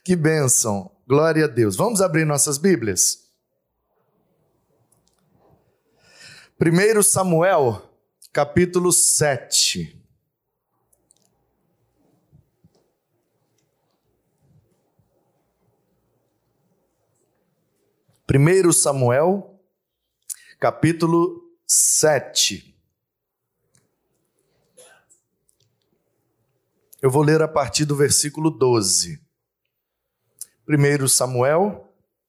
Que bênção, glória a Deus. Vamos abrir nossas Bíblias? 1 Samuel, capítulo 7. Primeiro Samuel, capítulo 7. Eu vou ler a partir do versículo 12. 1 Samuel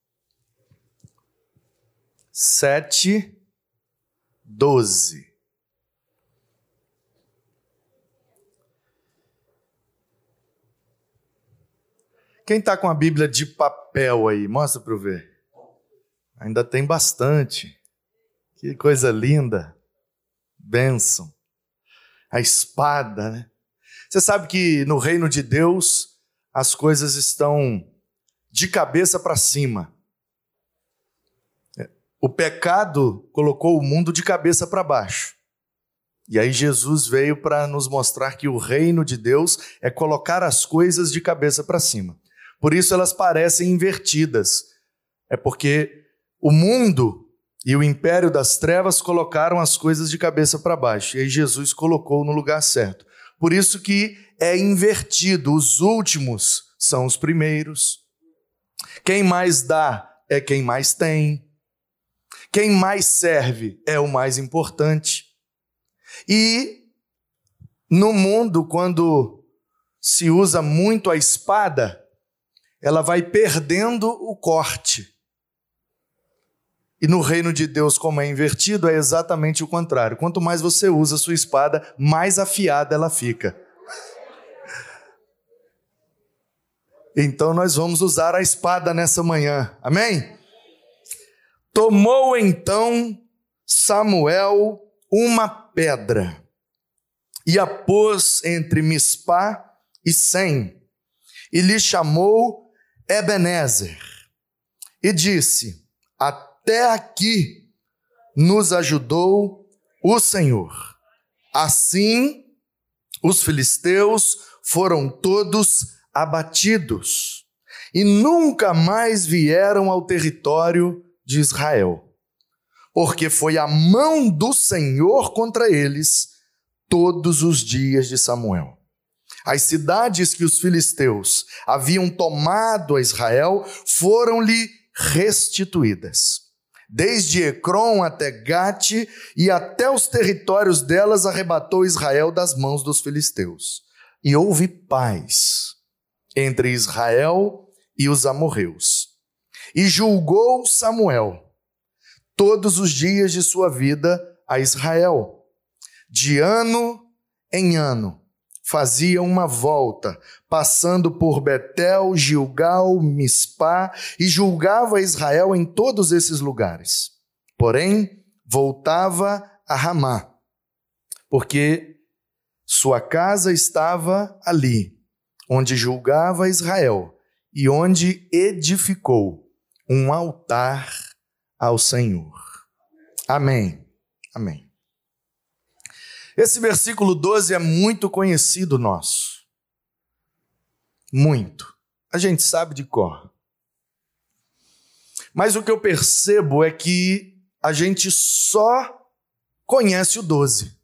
7, 12. Quem está com a Bíblia de papel aí? Mostra para eu ver. Ainda tem bastante. Que coisa linda. Bênção. A espada, né? Você sabe que no reino de Deus as coisas estão de cabeça para cima. O pecado colocou o mundo de cabeça para baixo. E aí Jesus veio para nos mostrar que o reino de Deus é colocar as coisas de cabeça para cima. Por isso elas parecem invertidas. É porque o mundo e o império das trevas colocaram as coisas de cabeça para baixo. E aí Jesus colocou no lugar certo. Por isso que é invertido. Os últimos são os primeiros. Quem mais dá é quem mais tem. Quem mais serve é o mais importante. E no mundo, quando se usa muito a espada, ela vai perdendo o corte. E no reino de Deus, como é invertido, é exatamente o contrário. Quanto mais você usa a sua espada, mais afiada ela fica. Então nós vamos usar a espada nessa manhã. Amém? Tomou então Samuel uma pedra e a pôs entre Mispá e Sem, e lhe chamou Ebenezer, e disse: até aqui nos ajudou o Senhor. Assim, os filisteus foram todos abatidos e nunca mais vieram ao território de Israel, porque foi a mão do Senhor contra eles todos os dias de Samuel. As cidades que os filisteus haviam tomado a Israel foram-lhe restituídas. Desde Ecrom até Gate e até os territórios delas arrebatou Israel das mãos dos filisteus. E houve paz entre Israel e os amorreus. E julgou Samuel todos os dias de sua vida a Israel. De ano em ano fazia uma volta, passando por Betel, Gilgal, Mispá, e julgava Israel em todos esses lugares. Porém, voltava a Ramá, porque sua casa estava ali, onde julgava Israel, e onde edificou um altar ao Senhor. Amém. Amém. Esse versículo 12 é muito conhecido nosso. Muito. A gente sabe de cor. Mas o que eu percebo é que a gente só conhece o 12.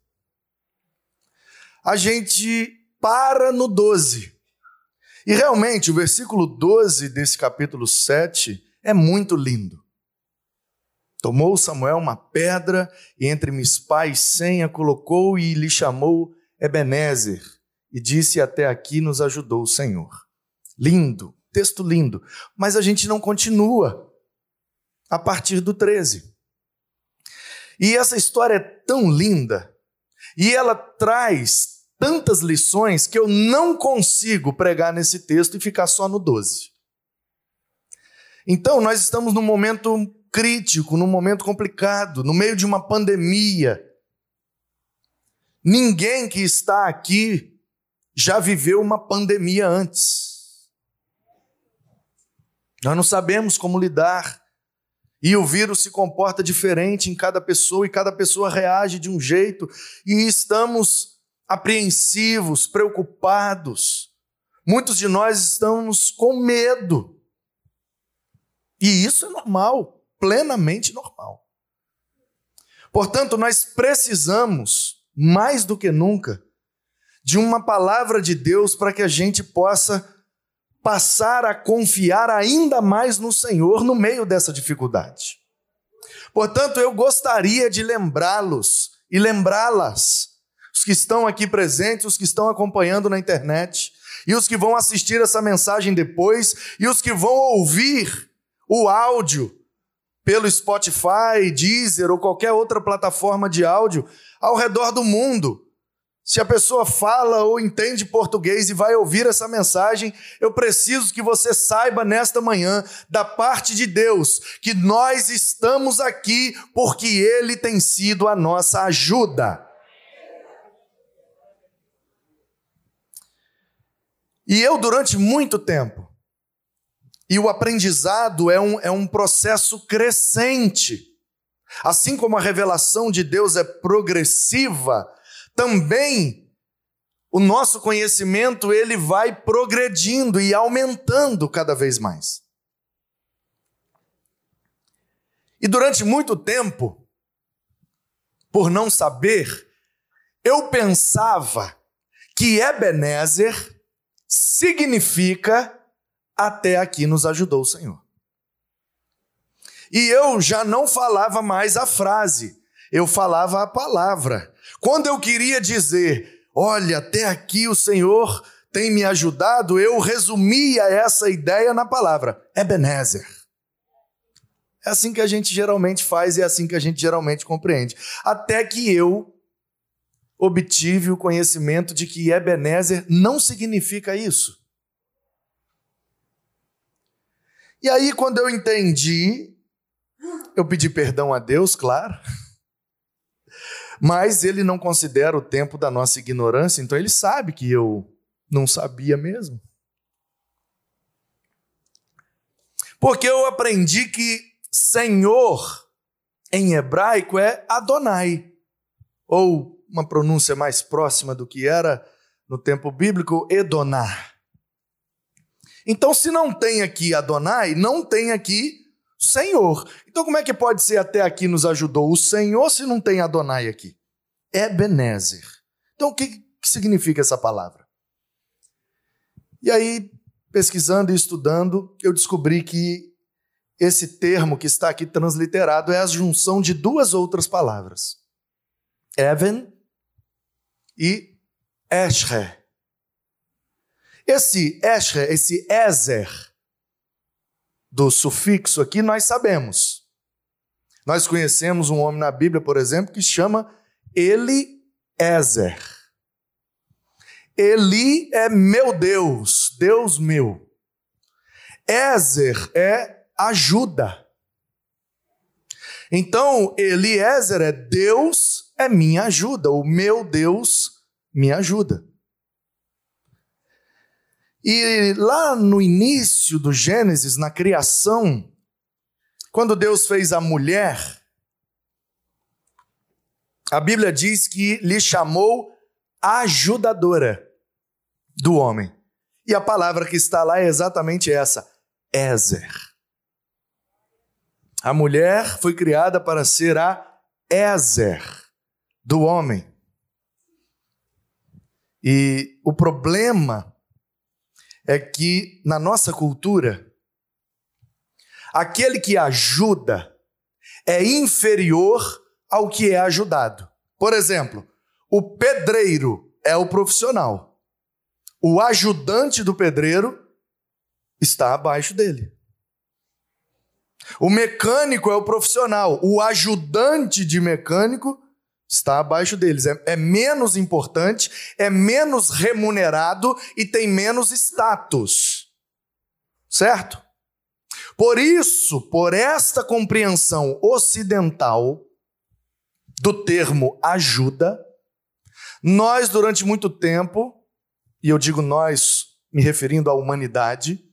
A gente para no 12. E realmente o versículo 12 desse capítulo 7 é muito lindo. Tomou Samuel uma pedra e entre Mispá e Sem a colocou e lhe chamou Ebenezer e disse: até aqui nos ajudou o Senhor. Lindo, texto lindo, mas a gente não continua a partir do 13. E essa história é tão linda e ela traz tantas lições que eu não consigo pregar nesse texto e ficar só no 12. Então nós estamos num momento crítico, num momento complicado, no meio de uma pandemia. Ninguém que está aqui já viveu uma pandemia antes. Nós não sabemos como lidar. E o vírus se comporta diferente em cada pessoa, e cada pessoa reage de um jeito. E estamos apreensivos, preocupados, Muitos de nós estamos com medo. E isso é normal, plenamente normal. Portanto, nós precisamos, mais do que nunca, de uma palavra de Deus para que a gente possa passar a confiar ainda mais no Senhor no meio dessa dificuldade. Portanto, eu gostaria de lembrá-los e lembrá-las, os que estão aqui presentes, os que estão acompanhando na internet, e os que vão assistir essa mensagem depois, e os que vão ouvir o áudio pelo Spotify, Deezer ou qualquer outra plataforma de áudio ao redor do mundo. Se a pessoa fala ou entende português e vai ouvir essa mensagem, eu preciso que você saiba nesta manhã, da parte de Deus, que nós estamos aqui porque Ele tem sido a nossa ajuda. E eu, durante muito tempo, e o aprendizado é um processo crescente, assim como a revelação de Deus é progressiva, também o nosso conhecimento ele vai progredindo e aumentando cada vez mais. E durante muito tempo, por não saber, eu pensava que Ebenezer significa até aqui nos ajudou o Senhor. E eu já não falava mais a frase, eu falava a palavra. Quando eu queria dizer, olha, até aqui o Senhor tem me ajudado, eu resumia essa ideia na palavra, Ebenezer. É assim que a gente geralmente faz e é assim que a gente geralmente compreende. Até que eu obtive o conhecimento de que Ebenezer não significa isso. E aí, quando eu entendi, eu pedi perdão a Deus, claro, mas Ele não considera o tempo da nossa ignorância, então Ele sabe que eu não sabia mesmo. Porque eu aprendi que Senhor, em hebraico, é Adonai, ou uma pronúncia mais próxima do que era no tempo bíblico, Edoná. Então, se não tem aqui Adonai, não tem aqui Senhor. Então, como é que pode ser até aqui nos ajudou o Senhor se não tem Adonai aqui? Ebenezer. Então, o que significa essa palavra? E aí, pesquisando e estudando, eu descobri que esse termo que está aqui transliterado é a junção de duas outras palavras. Even e Eshre. Esse Eshre, esse Ezer, do sufixo aqui, nós sabemos. Nós conhecemos um homem na Bíblia, por exemplo, que se chama Eliezer. Eli é meu Deus, Deus meu. Ezer é ajuda. Então, Eliezer é Deus é minha ajuda, o meu Deus me ajuda. E lá no início do Gênesis, na criação, quando Deus fez a mulher, a Bíblia diz que lhe chamou ajudadora do homem. E a palavra que está lá é exatamente essa, Ezer. A mulher foi criada para ser a Ezer do homem. E o problema é que, na nossa cultura, aquele que ajuda é inferior ao que é ajudado. Por exemplo, o pedreiro é o profissional. O ajudante do pedreiro está abaixo dele. O mecânico é o profissional. O ajudante de mecânico está abaixo deles. É menos importante, é menos remunerado e tem menos status. Certo? Por isso, por esta compreensão ocidental do termo ajuda, nós, durante muito tempo, e eu digo nós, me referindo à humanidade,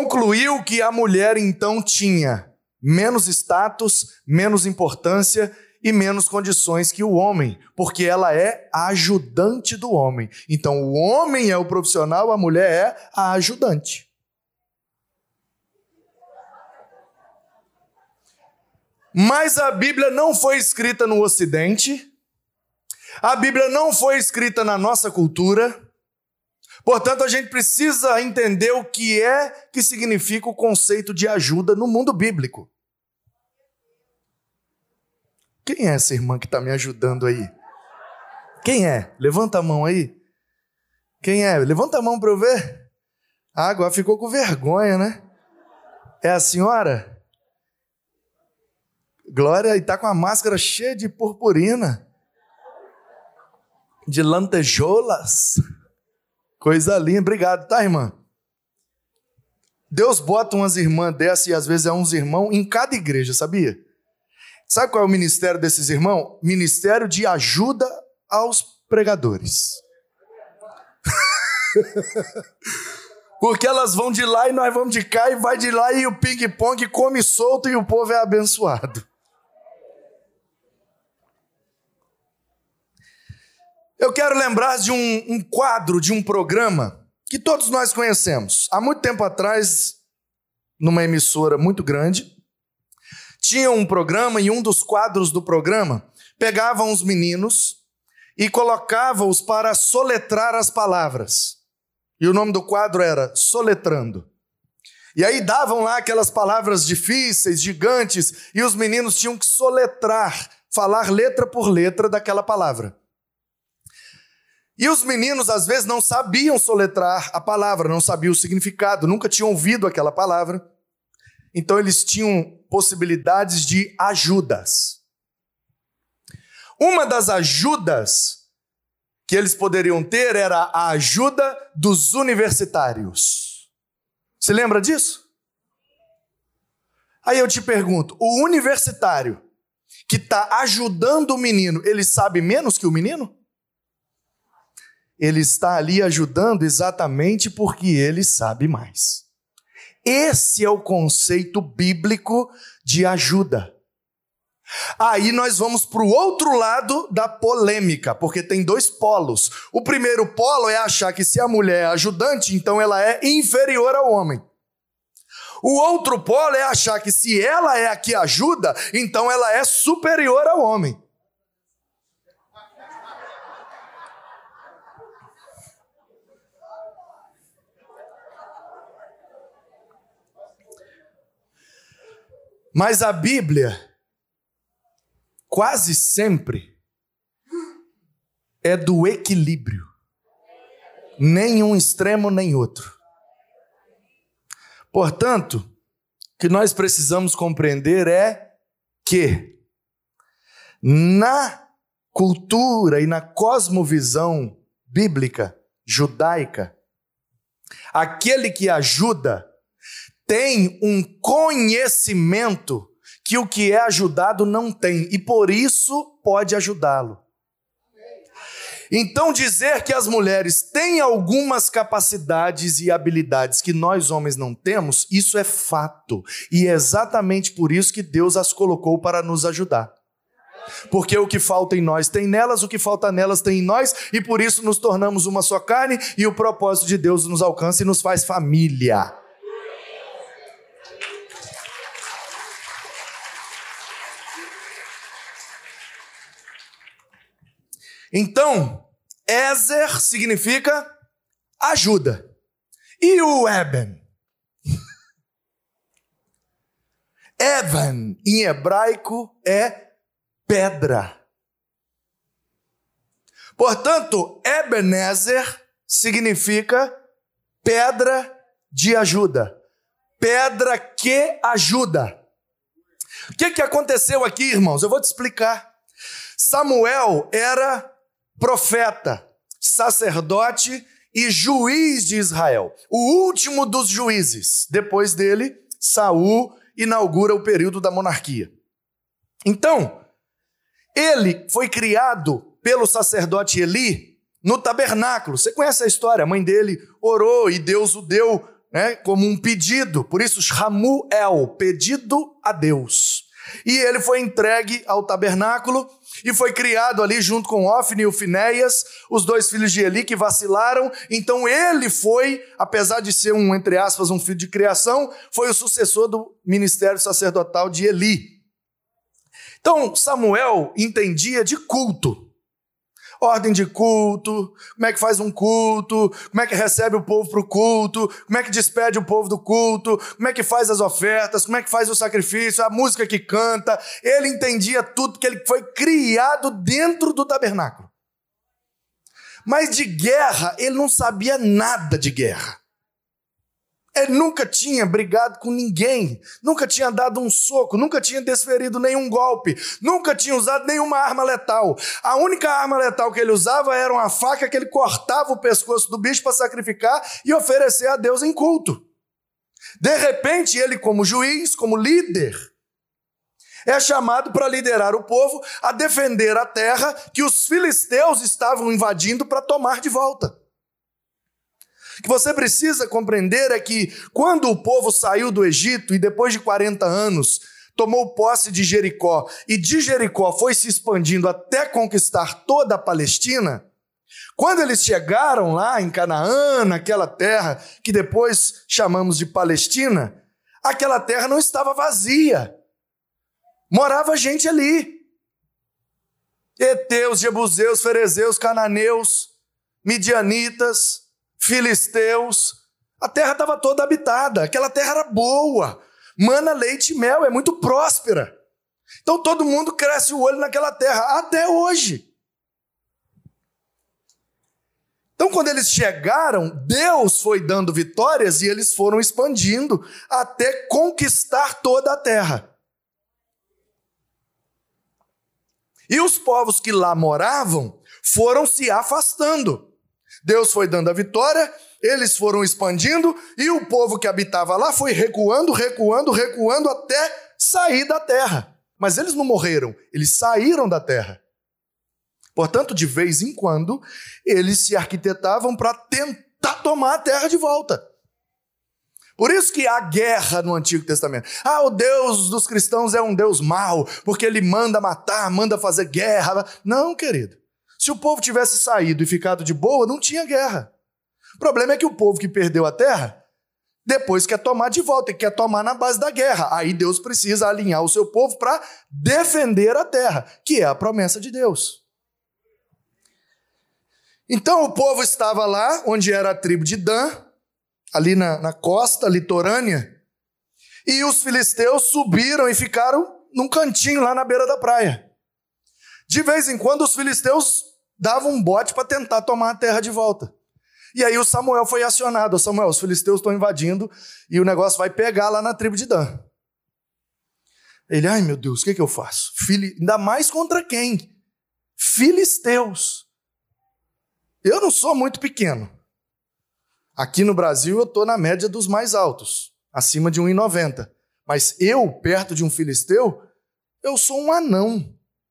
concluiu que a mulher, então, tinha menos status, menos importância e menos condições que o homem, porque ela é a ajudante do homem. Então, o homem é o profissional, a mulher é a ajudante. Mas a Bíblia não foi escrita no Ocidente, a Bíblia não foi escrita na nossa cultura, portanto, a gente precisa entender o que significa o conceito de ajuda no mundo bíblico. Quem é essa irmã que está me ajudando aí? Quem é? Levanta a mão aí. Quem é? Levanta a mão para eu ver. Ah, agora ficou com vergonha, né? É a senhora? Glória, e está com a máscara cheia de purpurina, de lantejoulas. Coisa linda. Obrigado, tá, irmã? Deus bota umas irmãs dessas e às vezes é uns irmãos em cada igreja, sabia? Sabe qual é o ministério desses irmãos? Ministério de ajuda aos pregadores. Porque elas vão de lá e nós vamos de cá, e vai de lá e o ping-pong come solto e o povo é abençoado. Eu quero lembrar de um quadro, de um programa que todos nós conhecemos. Há muito tempo atrás, numa emissora muito grande, tinha um programa, e um dos quadros do programa pegavam os meninos e colocava-os para soletrar as palavras. E o nome do quadro era Soletrando. E aí davam lá aquelas palavras difíceis, gigantes, e os meninos tinham que soletrar, falar letra por letra daquela palavra. E os meninos às vezes não sabiam soletrar a palavra, não sabiam o significado, nunca tinham ouvido aquela palavra. Então eles tinham possibilidades de ajudas. Uma das ajudas que eles poderiam ter era a ajuda dos universitários. Você lembra disso? Aí eu te pergunto, o universitário que está ajudando o menino, ele sabe menos que o menino? Ele está ali ajudando exatamente porque ele sabe mais. Esse é o conceito bíblico de ajuda. Aí nós vamos para o outro lado da polêmica, porque tem dois polos. O primeiro polo é achar que se a mulher é ajudante, então ela é inferior ao homem. O outro polo é achar que se ela é a que ajuda, então ela é superior ao homem. Mas a Bíblia, quase sempre, é do equilíbrio. Nem um extremo, nem outro. Portanto, o que nós precisamos compreender é que, na cultura e na cosmovisão bíblica, judaica, aquele que ajuda tem um conhecimento que o que é ajudado não tem, e por isso pode ajudá-lo. Então dizer que as mulheres têm algumas capacidades e habilidades que nós homens não temos, isso é fato, e é exatamente por isso que Deus as colocou para nos ajudar. Porque o que falta em nós tem nelas, o que falta nelas tem em nós, e por isso nos tornamos uma só carne, e o propósito de Deus nos alcança e nos faz família. Então, Ezer significa ajuda. E o Eben? Evan, em hebraico, é pedra. Portanto, Ebenezer significa pedra de ajuda. Pedra que ajuda. O que aconteceu aqui, irmãos? Eu vou te explicar. Samuel era profeta, sacerdote e juiz de Israel. O último dos juízes. Depois dele, Saul inaugura o período da monarquia. Então, ele foi criado pelo sacerdote Eli no tabernáculo. Você conhece a história? A mãe dele orou e Deus o deu, né, como um pedido. Por isso, Shamuel, pedido a Deus. E ele foi entregue ao tabernáculo e foi criado ali junto com Ofni e o Finéias, os dois filhos de Eli que vacilaram. Então ele foi, apesar de ser entre aspas, um filho de criação, foi o sucessor do ministério sacerdotal de Eli. Então Samuel entendia de culto. Ordem de culto, como é que faz um culto, como é que recebe o povo para o culto, como é que despede o povo do culto, como é que faz as ofertas, como é que faz o sacrifício, a música que canta. Ele entendia tudo, porque ele foi criado dentro do tabernáculo. Mas de guerra, ele não sabia nada de guerra. Ele nunca tinha brigado com ninguém, nunca tinha dado um soco, nunca tinha desferido nenhum golpe, nunca tinha usado nenhuma arma letal. A única arma letal que ele usava era uma faca que ele cortava o pescoço do bicho para sacrificar e oferecer a Deus em culto. De repente, ele como juiz, como líder, é chamado para liderar o povo a defender a terra que os filisteus estavam invadindo para tomar de volta. O que você precisa compreender é que quando o povo saiu do Egito e depois de 40 anos tomou posse de Jericó e de Jericó foi se expandindo até conquistar toda a Palestina, quando eles chegaram lá em Canaã, naquela terra que depois chamamos de Palestina, aquela terra não estava vazia. Morava gente ali. Heteus, Jebuseus, Ferezeus, Cananeus, Midianitas, Filisteus, a terra estava toda habitada, aquela terra era boa, mana, leite e mel, é muito próspera. Então todo mundo cresce o olho naquela terra, até hoje. Então quando eles chegaram, Deus foi dando vitórias e eles foram expandindo até conquistar toda a terra. E os povos que lá moravam foram se afastando. Deus foi dando a vitória, eles foram expandindo e o povo que habitava lá foi recuando até sair da terra. Mas eles não morreram, eles saíram da terra. Portanto, de vez em quando, eles se arquitetavam para tentar tomar a terra de volta. Por isso que há guerra no Antigo Testamento. O Deus dos cristãos é um Deus mau, porque ele manda matar, manda fazer guerra. Não, querido. Se o povo tivesse saído e ficado de boa, não tinha guerra. O problema é que o povo que perdeu a terra, depois quer tomar de volta, e quer tomar na base da guerra. Aí Deus precisa alinhar o seu povo para defender a terra, que é a promessa de Deus. Então o povo estava lá, onde era a tribo de Dan, ali na costa litorânea, e os filisteus subiram e ficaram num cantinho lá na beira da praia. De vez em quando os filisteus davam um bote para tentar tomar a terra de volta. E aí o Samuel foi acionado. Samuel, os filisteus estão invadindo e o negócio vai pegar lá na tribo de Dan. Ele, ai meu Deus, o que eu faço? Ainda mais contra quem? Filisteus. Eu não sou muito pequeno. Aqui no Brasil eu estou na média dos mais altos, acima de 1,90. Mas eu, perto de um filisteu, eu sou um anão.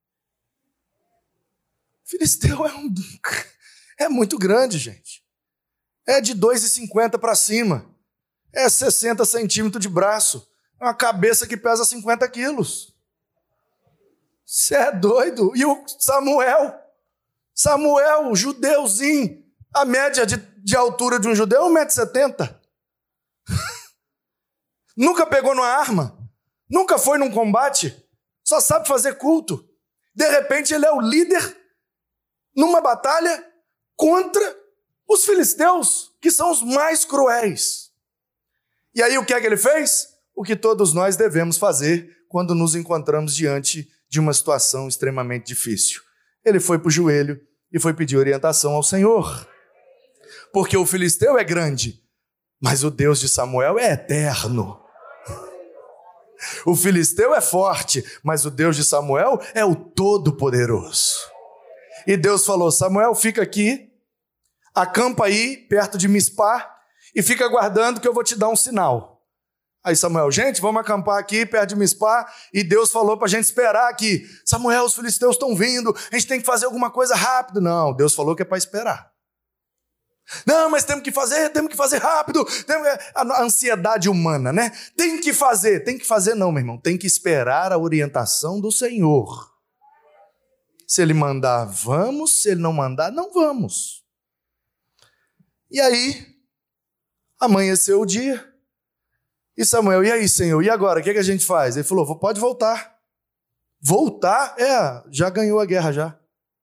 Filisteu é muito grande, gente. É de 2,50 para cima. É 60 centímetros de braço. É uma cabeça que pesa 50 quilos. Você é doido? E o Samuel, judeuzinho, a média de altura de um judeu é 1,70 m. Nunca pegou numa arma. Nunca foi num combate. Só sabe fazer culto. De repente ele é o líder numa batalha contra os filisteus, que são os mais cruéis. E aí o que é que ele fez? O que todos nós devemos fazer quando nos encontramos diante de uma situação extremamente difícil. Ele foi para o joelho e foi pedir orientação ao Senhor. Porque o filisteu é grande, mas o Deus de Samuel é eterno. O filisteu é forte, mas o Deus de Samuel é o Todo-Poderoso. E Deus falou, Samuel, fica aqui, acampa aí, perto de Mispá, e fica aguardando que eu vou te dar um sinal. Aí Samuel, gente, vamos acampar aqui, perto de Mispá, e Deus falou para a gente esperar aqui. Samuel, os filisteus estão vindo, a gente tem que fazer alguma coisa rápido. Não, Deus falou que é para esperar. Não, mas temos que fazer rápido. A ansiedade humana, né? Tem que fazer não, meu irmão. Tem que esperar a orientação do Senhor. Se Ele mandar, vamos. Se Ele não mandar, não vamos. E aí, amanheceu o dia. E Samuel, e aí, Senhor? E agora? O que a gente faz? Ele falou, pode voltar. Voltar? Já ganhou a guerra já.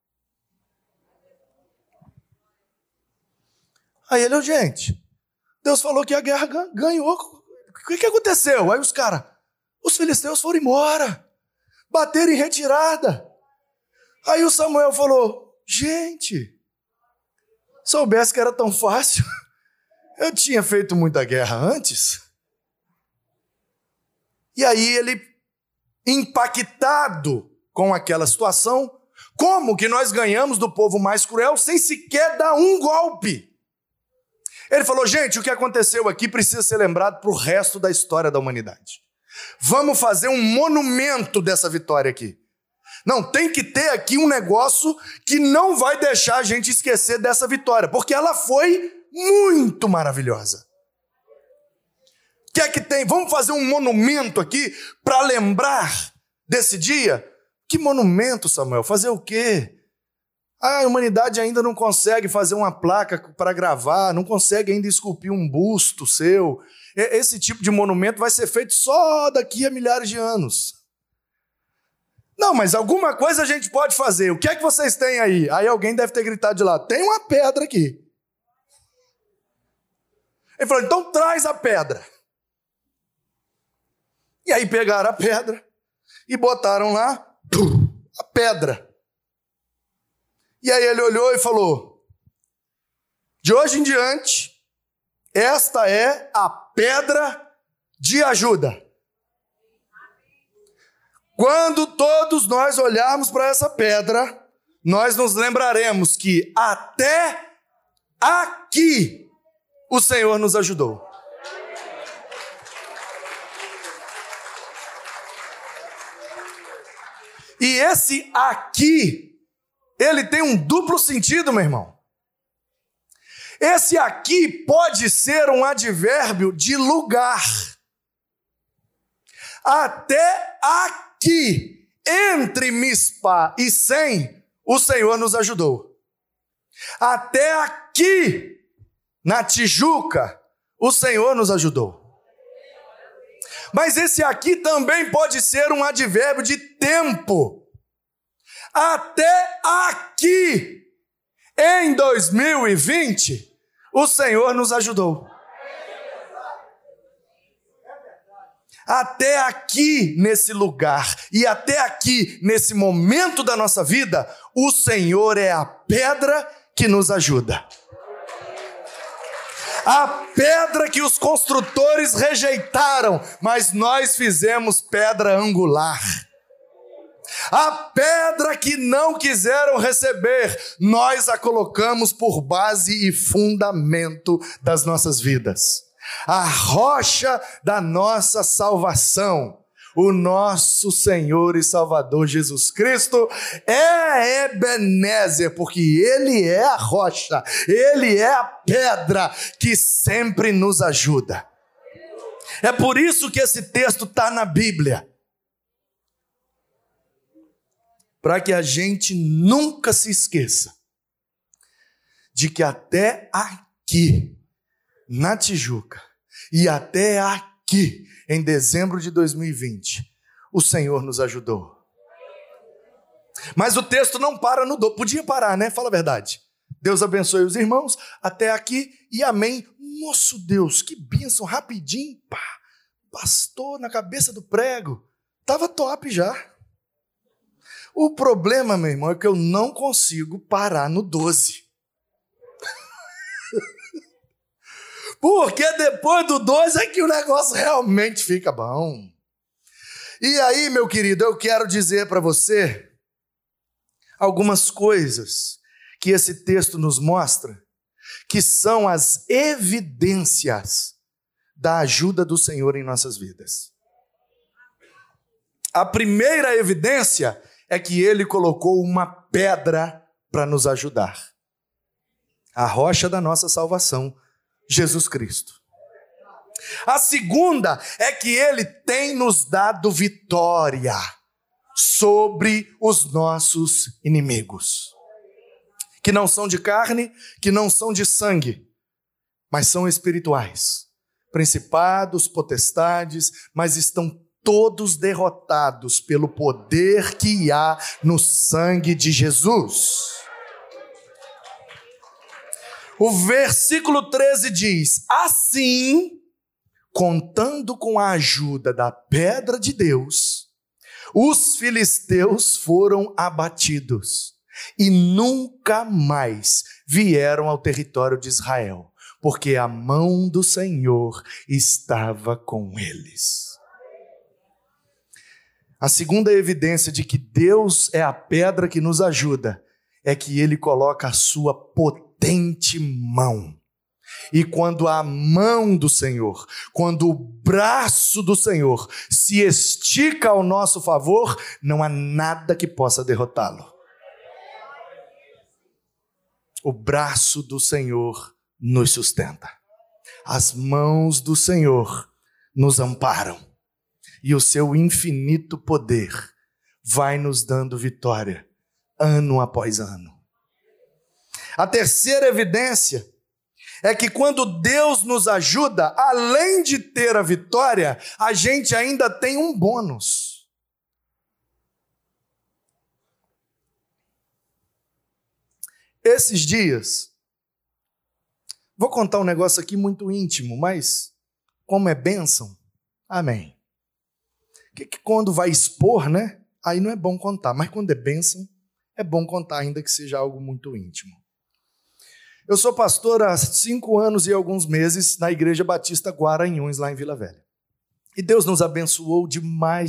Aí ele, gente, Deus falou que a guerra ganhou. O que aconteceu? Aí os filisteus foram embora, bateram em retirada. Aí o Samuel falou, gente, soubesse que era tão fácil, eu tinha feito muita guerra antes. E aí ele, impactado com aquela situação, como que nós ganhamos do povo mais cruel sem sequer dar um golpe? Ele falou, gente, o que aconteceu aqui precisa ser lembrado para o resto da história da humanidade. Vamos fazer um monumento dessa vitória aqui. Não, tem que ter aqui um negócio que não vai deixar a gente esquecer dessa vitória, porque ela foi muito maravilhosa. O que é que tem? Vamos fazer um monumento aqui para lembrar desse dia? Que monumento, Samuel? Fazer o quê? A humanidade ainda não consegue fazer uma placa para gravar, não consegue ainda esculpir um busto seu. Esse tipo de monumento vai ser feito só daqui a milhares de anos. Não, mas alguma coisa a gente pode fazer. O que é que vocês têm aí? Aí alguém deve ter gritado de lá, tem uma pedra aqui. Ele falou, então traz a pedra. E aí pegaram a pedra e botaram lá a pedra. E aí ele olhou e falou, de hoje em diante, esta é a pedra de ajuda. Quando todos nós olharmos para essa pedra, nós nos lembraremos que até aqui o Senhor nos ajudou. E esse aqui, ele tem um duplo sentido, meu irmão. Esse aqui pode ser um advérbio de lugar. Até aqui, entre Mispa e Sem, o Senhor nos ajudou. Até aqui, na Tijuca, o Senhor nos ajudou. Mas esse aqui também pode ser um advérbio de tempo. Até aqui, em 2020, o Senhor nos ajudou. Até aqui nesse lugar e até aqui nesse momento da nossa vida, o Senhor é a pedra que nos ajuda. A pedra que os construtores rejeitaram, mas nós fizemos pedra angular. A pedra que não quiseram receber, nós a colocamos por base e fundamento das nossas vidas. A rocha da nossa salvação, o nosso Senhor e Salvador Jesus Cristo é Ebenezer, porque Ele é a rocha, Ele é a pedra que sempre nos ajuda. É por isso que esse texto está na Bíblia. Para que a gente nunca se esqueça de que até aqui, na Tijuca, e até aqui, em dezembro de 2020, o Senhor nos ajudou. Mas o texto não para no podia parar, né? Fala a verdade. Deus abençoe os irmãos, até aqui e amém. Nosso Deus, que bênção, rapidinho, pá, pastor na cabeça do prego. Estava top já. O problema, meu irmão, é que eu não consigo parar no 12. Porque depois do 12 é que o negócio realmente fica bom. E aí, meu querido, eu quero dizer para você algumas coisas que esse texto nos mostra, que são as evidências da ajuda do Senhor em nossas vidas. A primeira evidência é que Ele colocou uma pedra para nos ajudar. A rocha da nossa salvação, Jesus Cristo. A segunda é que ele tem nos dado vitória sobre os nossos inimigos, que não são de carne, que não são de sangue, mas são espirituais, principados, potestades, mas estão todos derrotados pelo poder que há no sangue de Jesus. O versículo 13 diz: assim, contando com a ajuda da pedra de Deus, os filisteus foram abatidos e nunca mais vieram ao território de Israel, porque a mão do Senhor estava com eles. A segunda evidência de que Deus é a pedra que nos ajuda é que ele coloca a sua potente mão. E quando a mão do Senhor, quando o braço do Senhor se estica ao nosso favor, não há nada que possa derrotá-lo. O braço do Senhor nos sustenta. As mãos do Senhor nos amparam. E o seu infinito poder vai nos dando vitória, ano após ano. A terceira evidência é que quando Deus nos ajuda, além de ter a vitória, a gente ainda tem um bônus. Esses dias, vou contar um negócio aqui muito íntimo, mas como é bênção, amém. Que quando vai expor, né? Aí não é bom contar, mas quando é bênção, é bom contar, ainda que seja algo muito íntimo. Eu sou pastor há 5 anos e alguns meses na Igreja Batista Guaranhuns, lá em Vila Velha. E Deus nos abençoou demais.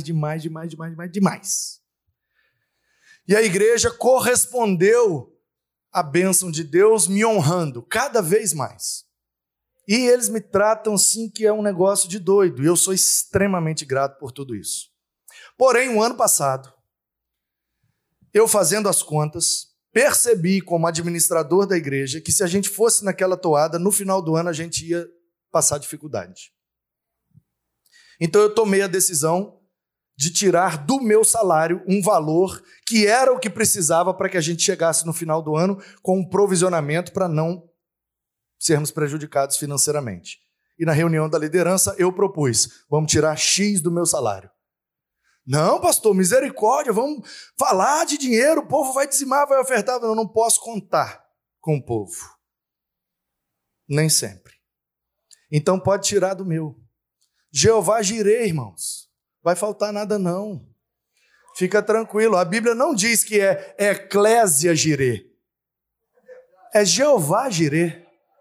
E a igreja correspondeu à bênção de Deus, me honrando cada vez mais. E eles me tratam assim que é um negócio de doido, e eu sou extremamente grato por tudo isso. Porém, o ano passado, eu fazendo as contas, percebi como administrador da igreja que se a gente fosse naquela toada, no final do ano a gente ia passar dificuldade. Então eu tomei a decisão de tirar do meu salário um valor que era o que precisava para que a gente chegasse no final do ano com um provisionamento para não sermos prejudicados financeiramente. E na reunião da liderança eu propus, vamos tirar X do meu salário. Não, pastor, misericórdia, vamos falar de dinheiro, o povo vai dizimar, vai ofertar. Eu não posso contar com o povo. Nem sempre. Então pode tirar do meu. Jeová Jireh, irmãos. Vai faltar nada não. Fica tranquilo, a Bíblia não diz que é Eclésia Jireh. É Jeová Jireh.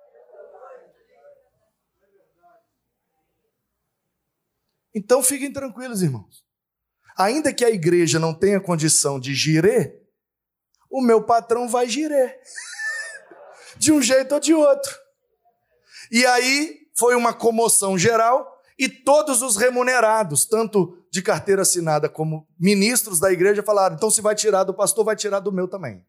Então fiquem tranquilos, irmãos. Ainda que a igreja não tenha condição de Jireh, o meu patrão vai Jireh. De um jeito ou de outro. E aí foi uma comoção geral e todos os remunerados, tanto de carteira assinada como ministros da igreja, falaram, então se vai tirar do pastor, vai tirar do meu também.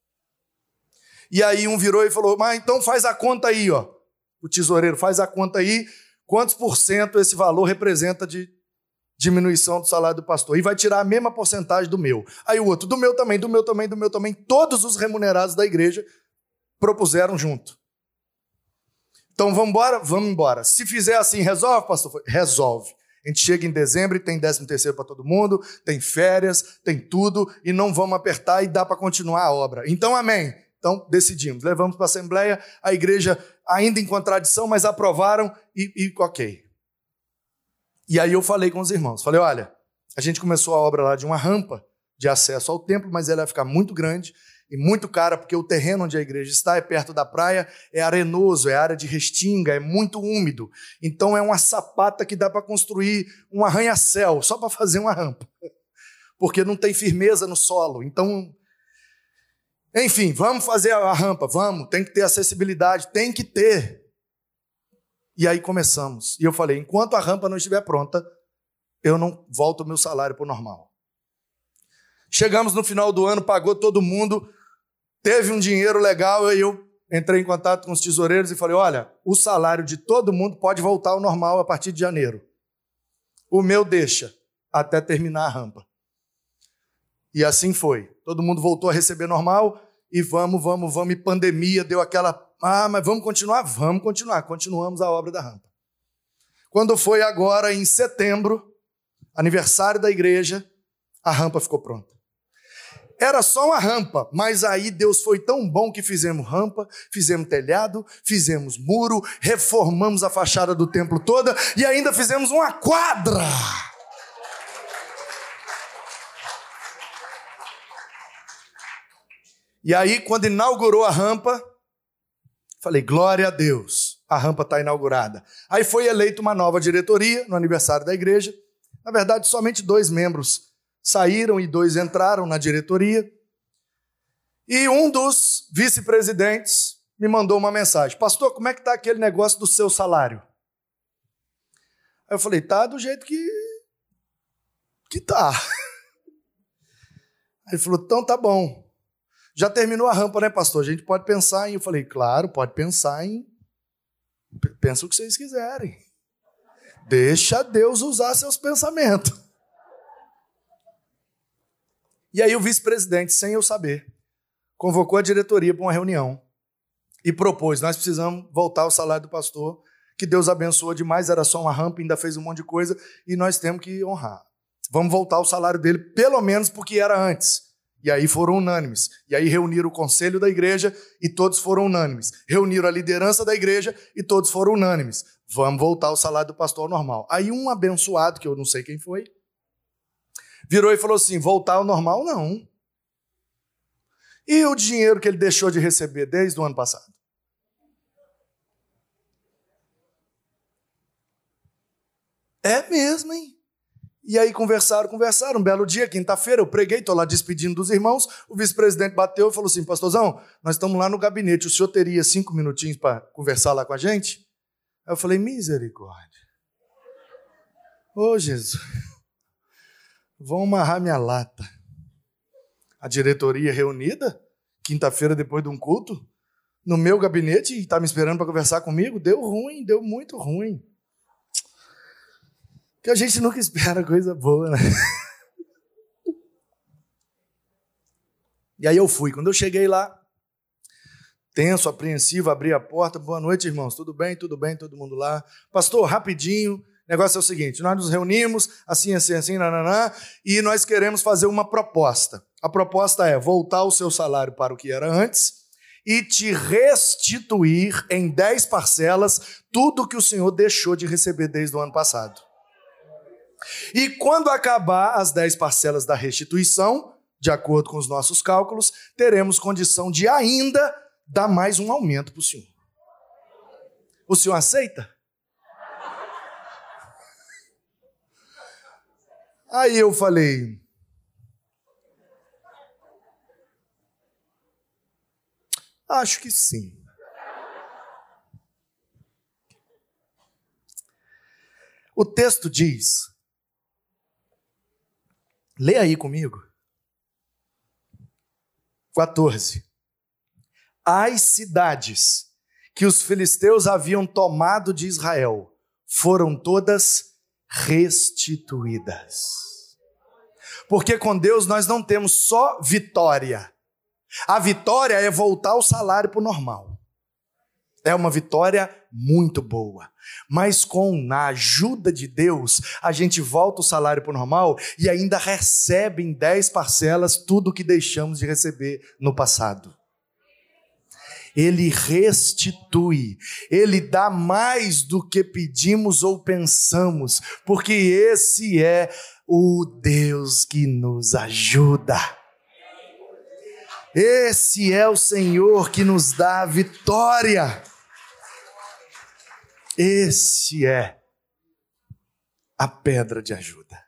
E aí um virou e falou, mas então faz a conta aí, ó. O tesoureiro faz a conta aí, quantos por cento esse valor representa de diminuição do salário do pastor? E vai tirar a mesma porcentagem do meu. Aí o outro, do meu também. Todos os remunerados da igreja propuseram junto. Então vamos embora? Vamos embora. Se fizer assim, resolve, pastor? Resolve. A gente chega em dezembro e tem 13º para todo mundo, tem férias, tem tudo, e não vamos apertar e dá para continuar a obra. Então, amém. Então, decidimos. Levamos para a Assembleia, a igreja ainda em contradição, mas aprovaram e ok. E aí eu falei com os irmãos, falei, olha, a gente começou a obra lá de uma rampa de acesso ao templo, mas ela vai ficar muito grande e muito cara, porque o terreno onde a igreja está é perto da praia, é arenoso, é área de restinga, é muito úmido. Então é uma sapata que dá para construir um arranha-céu, só para fazer uma rampa. Porque não tem firmeza no solo. Então, enfim, vamos fazer a rampa, vamos, tem que ter acessibilidade, tem que ter. E aí começamos. E eu falei, enquanto a rampa não estiver pronta, eu não volto o meu salário para o normal. Chegamos no final do ano, pagou todo mundo, teve um dinheiro legal, e eu entrei em contato com os tesoureiros e falei, olha, o salário de todo mundo pode voltar ao normal a partir de janeiro. O meu deixa até terminar a rampa. E assim foi. Todo mundo voltou a receber normal e vamos, e pandemia deu aquela, mas vamos continuar? Vamos continuar. Continuamos a obra da rampa. Quando foi agora em setembro, aniversário da igreja, a rampa ficou pronta. Era só uma rampa, mas aí Deus foi tão bom que fizemos rampa, fizemos telhado, fizemos muro, reformamos a fachada do templo toda e ainda fizemos uma quadra. E aí, quando inaugurou a rampa, falei, glória a Deus, a rampa está inaugurada. Aí foi eleita uma nova diretoria no aniversário da igreja. Na verdade, somente 2 membros saíram e 2 entraram na diretoria. E um dos vice-presidentes me mandou uma mensagem. Pastor, como é que está aquele negócio do seu salário? Aí eu falei, tá do jeito que tá. Aí ele falou, então tá bom. Já terminou a rampa, né, pastor? A gente pode pensar em... Eu falei, claro, pode pensar em... Pensa o que vocês quiserem. Deixa Deus usar seus pensamentos. E aí o vice-presidente, sem eu saber, convocou a diretoria para uma reunião e propôs, nós precisamos voltar ao salário do pastor, que Deus abençoou demais, era só uma rampa, ainda fez um monte de coisa, e nós temos que honrar. Vamos voltar ao salário dele, pelo menos porque era antes. E aí foram unânimes. E aí reuniram o conselho da igreja e todos foram unânimes. Reuniram a liderança da igreja e todos foram unânimes. Vamos voltar ao salário do pastor ao normal. Aí um abençoado, que eu não sei quem foi, virou e falou assim, voltar ao normal não. E o dinheiro que ele deixou de receber desde o ano passado? É mesmo, hein? E aí conversaram. Um belo dia, quinta-feira, eu preguei, estou lá despedindo dos irmãos, o vice-presidente bateu e falou assim, pastorzão, nós estamos lá no gabinete, o senhor teria 5 minutinhos para conversar lá com a gente? Aí eu falei, misericórdia. Ô Jesus, vão amarrar minha lata. A diretoria reunida, quinta-feira depois de um culto, no meu gabinete, e está me esperando para conversar comigo, deu ruim, deu muito ruim. Porque a gente nunca espera coisa boa, né? E aí eu fui. Quando eu cheguei lá, tenso, apreensivo, abri a porta. Boa noite, irmãos. Tudo bem, todo mundo lá. Pastor, rapidinho. O negócio é o seguinte, nós nos reunimos, assim, nananá, e nós queremos fazer uma proposta. A proposta é voltar o seu salário para o que era antes e te restituir em 10 parcelas tudo que o senhor deixou de receber desde o ano passado. E quando acabar as 10 parcelas da restituição, de acordo com os nossos cálculos, teremos condição de ainda dar mais um aumento para o senhor. O senhor aceita? Aí eu falei, acho que sim. O texto diz, lê aí comigo, 14. As cidades que os filisteus haviam tomado de Israel foram todas restituídas. Porque com Deus nós não temos só vitória. A vitória é voltar o salário para o normal. É uma vitória muito boa. Mas com a ajuda de Deus, a gente volta o salário para o normal e ainda recebe em 10 parcelas tudo o que deixamos de receber no passado. Ele restitui, Ele dá mais do que pedimos ou pensamos, porque esse é o Deus que nos ajuda. Esse é o Senhor que nos dá a vitória. Esse é a pedra de ajuda.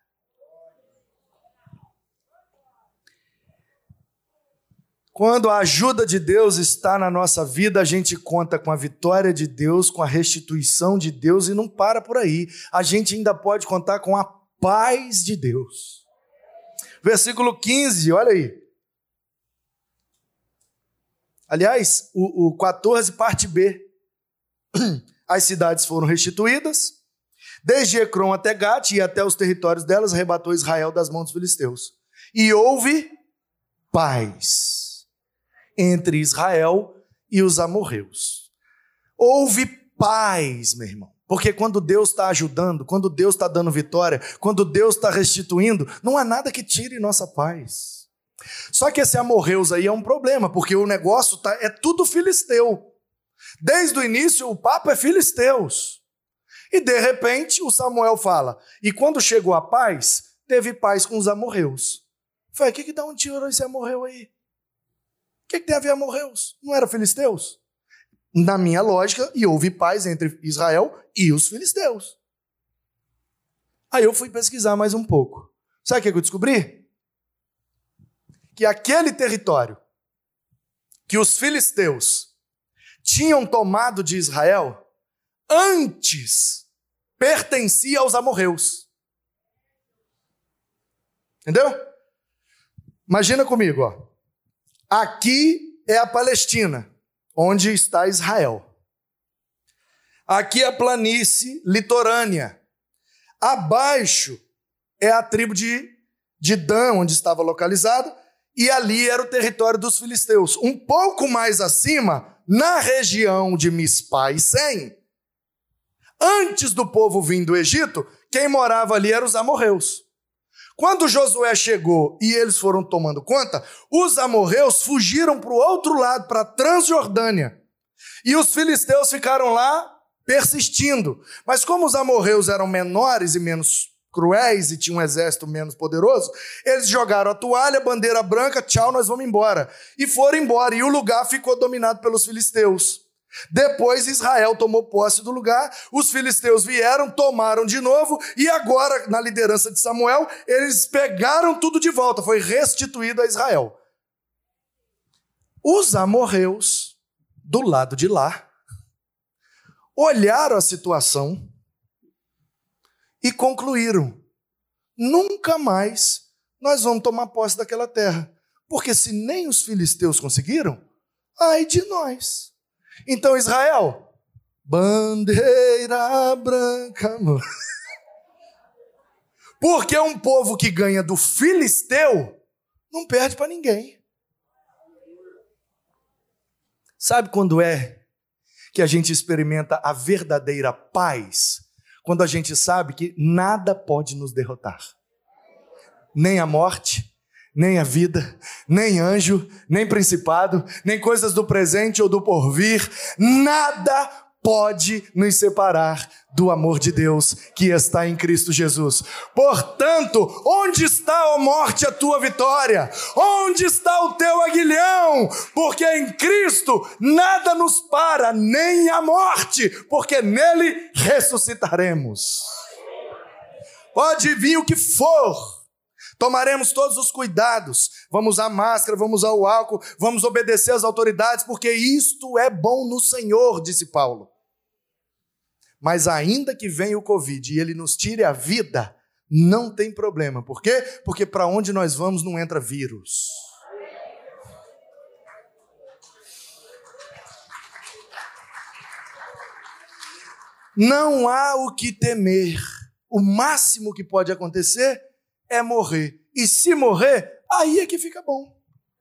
Quando a ajuda de Deus está na nossa vida, a gente conta com a vitória de Deus, com a restituição de Deus e não para por aí. A gente ainda pode contar com a paz de Deus. Versículo 15, olha aí. Aliás, o 14, parte B. As cidades foram restituídas, desde Ecrom até Gate e até os territórios delas, arrebatou Israel das mãos dos filisteus. E houve paz entre Israel e os amorreus. Houve paz, meu irmão. Porque quando Deus está ajudando, quando Deus está dando vitória, quando Deus está restituindo, não há nada que tire nossa paz. Só que esse amorreus aí é um problema, porque o negócio é tudo filisteu. Desde o início o papo é filisteus. E de repente o Samuel fala, e quando chegou a paz, teve paz com os amorreus. Falei, o que dá um tiro esse amorreu aí? O que tem a ver amorreus? Não era filisteus? Na minha lógica, e houve paz entre Israel e os filisteus. Aí eu fui pesquisar mais um pouco. Sabe o que eu descobri? Que aquele território que os filisteus tinham tomado de Israel, antes pertencia aos amorreus. Entendeu? Imagina comigo, ó. Aqui é a Palestina, onde está Israel. Aqui é a planície litorânea. Abaixo é a tribo de Dan, onde estava localizada, e ali era o território dos filisteus. Um pouco mais acima, na região de Mispá e Sem, antes do povo vir do Egito, quem morava ali eram os amorreus. Quando Josué chegou e eles foram tomando conta, os amorreus fugiram para o outro lado, para a Transjordânia. E os filisteus ficaram lá persistindo. Mas como os amorreus eram menores e menos cruéis e tinham um exército menos poderoso, eles jogaram a toalha, bandeira branca, tchau, nós vamos embora. E foram embora, e o lugar ficou dominado pelos filisteus. Depois Israel tomou posse do lugar, os filisteus vieram, tomaram de novo, e agora, na liderança de Samuel, eles pegaram tudo de volta, foi restituído a Israel. Os amorreus, do lado de lá, olharam a situação e concluíram, nunca mais nós vamos tomar posse daquela terra, porque se nem os filisteus conseguiram, ai de nós. Então Israel, bandeira branca, amor. Porque um povo que ganha do filisteu não perde para ninguém. Sabe quando é que a gente experimenta a verdadeira paz? Quando a gente sabe que nada pode nos derrotar. Nem a morte, nem a vida, nem anjo, nem principado, nem coisas do presente ou do porvir. Nada pode nos separar do amor de Deus que está em Cristo Jesus. Portanto, onde está, ó morte, a tua vitória? Onde está o teu aguilhão? Porque em Cristo nada nos para, nem a morte, porque nele ressuscitaremos. Pode vir o que for, tomaremos todos os cuidados, vamos usar máscara, vamos usar o álcool, vamos obedecer às autoridades, porque isto é bom no Senhor, disse Paulo. Mas ainda que venha o Covid e ele nos tire a vida, não tem problema. Por quê? Porque para onde nós vamos não entra vírus. Não há o que temer. O máximo que pode acontecer é morrer. E se morrer, aí é que fica bom.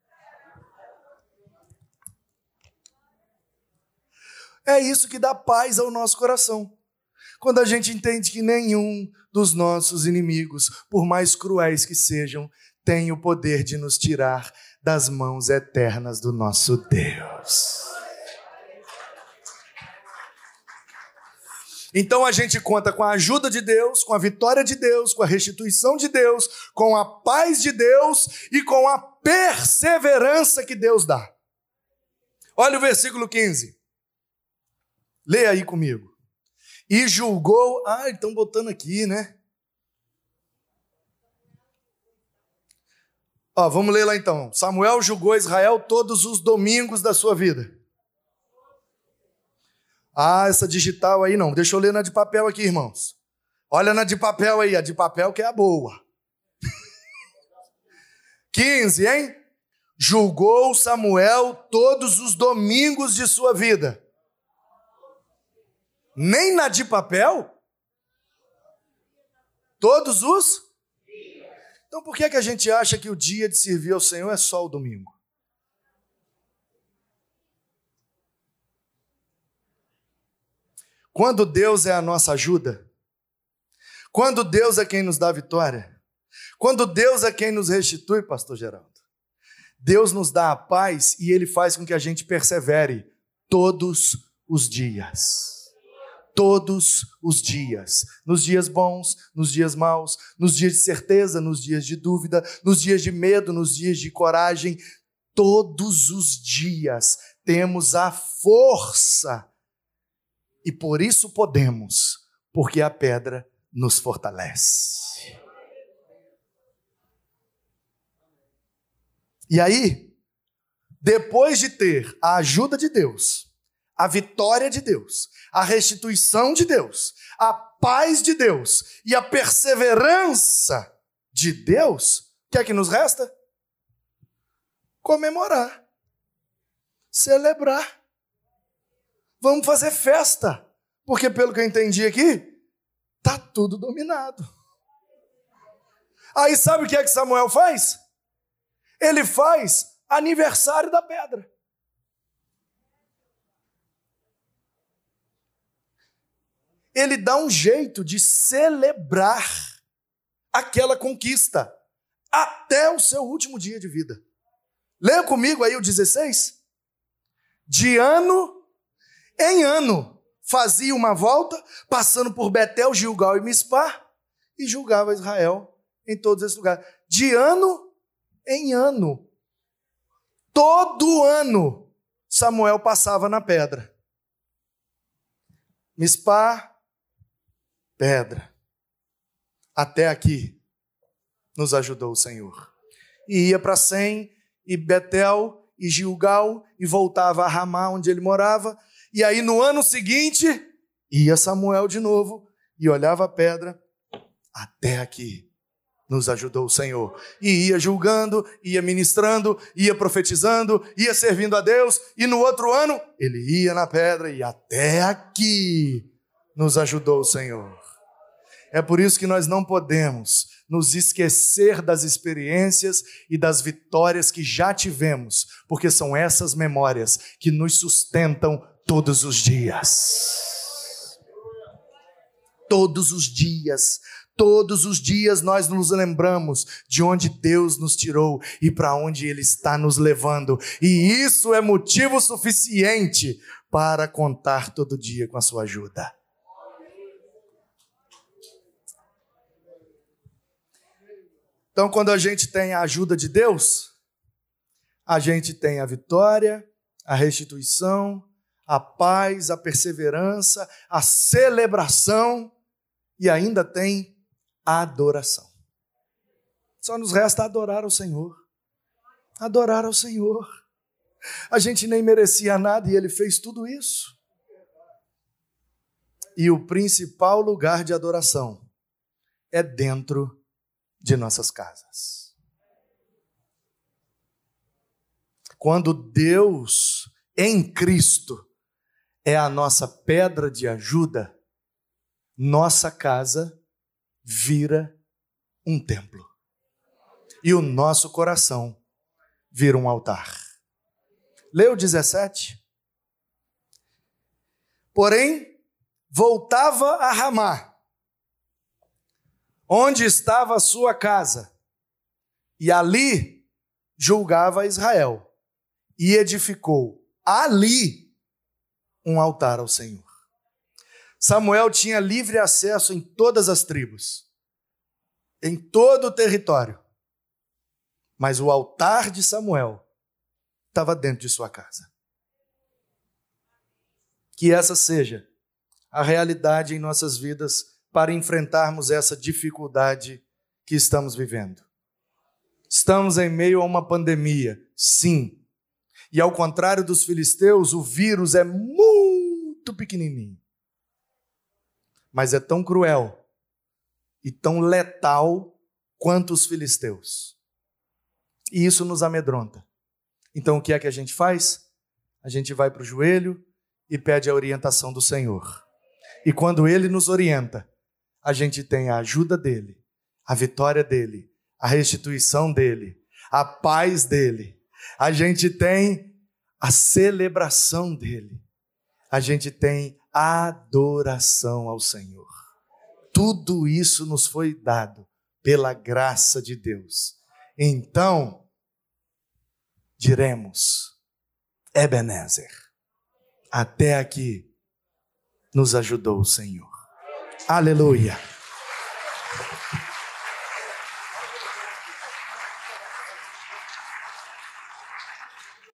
É isso que dá paz ao nosso coração. Quando a gente entende que nenhum dos nossos inimigos, por mais cruéis que sejam, tem o poder de nos tirar das mãos eternas do nosso Deus. Então a gente conta com a ajuda de Deus, com a vitória de Deus, com a restituição de Deus, com a paz de Deus e com a perseverança que Deus dá. Olha o versículo 15. Leia aí comigo. E julgou... estão botando aqui, né? Vamos ler lá então. Samuel julgou Israel todos os domingos da sua vida. Essa digital aí não. Deixa eu ler na de papel aqui, irmãos. Olha na de papel aí. A de papel que é a boa. 15, hein? julgou Samuel todos os domingos de sua vida. Nem na de papel? Todos os? Então por que a gente acha que o dia de servir ao Senhor é só o domingo? Quando Deus é a nossa ajuda, quando Deus é quem nos dá vitória, quando Deus é quem nos restitui, pastor Geraldo, Deus nos dá a paz e Ele faz com que a gente persevere todos os dias. Todos os dias. Nos dias bons, nos dias maus, nos dias de certeza, nos dias de dúvida, nos dias de medo, nos dias de coragem. Todos os dias temos a força. E por isso podemos, porque a pedra nos fortalece. E aí, depois de ter a ajuda de Deus, a vitória de Deus, a restituição de Deus, a paz de Deus e a perseverança de Deus, o que é que nos resta? Comemorar, celebrar. Vamos fazer festa, porque pelo que eu entendi aqui, está tudo dominado. Aí sabe o que é que Samuel faz? Ele faz aniversário da pedra. Ele dá um jeito de celebrar aquela conquista até o seu último dia de vida. Leia comigo aí o 16. De ano em ano, fazia uma volta, passando por Betel, Gilgal e Mispá, e julgava Israel em todos esses lugares. De ano em ano. Todo ano, Samuel passava na pedra. Mispá, pedra. Até aqui nos ajudou o Senhor. E ia para Sem, e Betel, e Gilgal, e voltava a Ramá, onde ele morava. E aí no ano seguinte, ia Samuel de novo, e olhava a pedra. Até aqui nos ajudou o Senhor. E ia julgando, ia ministrando, ia profetizando, ia servindo a Deus. E no outro ano, ele ia na pedra e até aqui nos ajudou o Senhor. É por isso que nós não podemos nos esquecer das experiências e das vitórias que já tivemos, porque são essas memórias que nos sustentam todos os dias. Todos os dias. Todos os dias nós nos lembramos de onde Deus nos tirou e para onde Ele está nos levando. E isso é motivo suficiente para contar todo dia com a sua ajuda. Então, quando a gente tem a ajuda de Deus, a gente tem a vitória, a restituição, a paz, a perseverança, a celebração e ainda tem a adoração. Só nos resta adorar ao Senhor. Adorar ao Senhor. A gente nem merecia nada e Ele fez tudo isso. E o principal lugar de adoração é dentro de nossas casas. Quando Deus, em Cristo, é a nossa pedra de ajuda, nossa casa vira um templo. E o nosso coração vira um altar. Lê o 17. Porém, voltava a Ramá, onde estava a sua casa, e ali julgava Israel, e edificou ali um altar ao Senhor. Samuel tinha livre acesso em todas as tribos, em todo o território, mas o altar de Samuel estava dentro de sua casa. Que essa seja a realidade em nossas vidas para enfrentarmos essa dificuldade que estamos vivendo. Estamos em meio a uma pandemia, sim. E ao contrário dos filisteus, o vírus é muito pequenininho. Mas é tão cruel e tão letal quanto os filisteus. E isso nos amedronta. Então o que é que a gente faz? A gente vai para o joelho e pede a orientação do Senhor. E quando Ele nos orienta, a gente tem a ajuda dEle, a vitória dEle, a restituição dEle, a paz dEle. A gente tem a celebração dEle. A gente tem adoração ao Senhor. Tudo isso nos foi dado pela graça de Deus. Então, diremos, Ebenezer, até aqui nos ajudou o Senhor. Aleluia.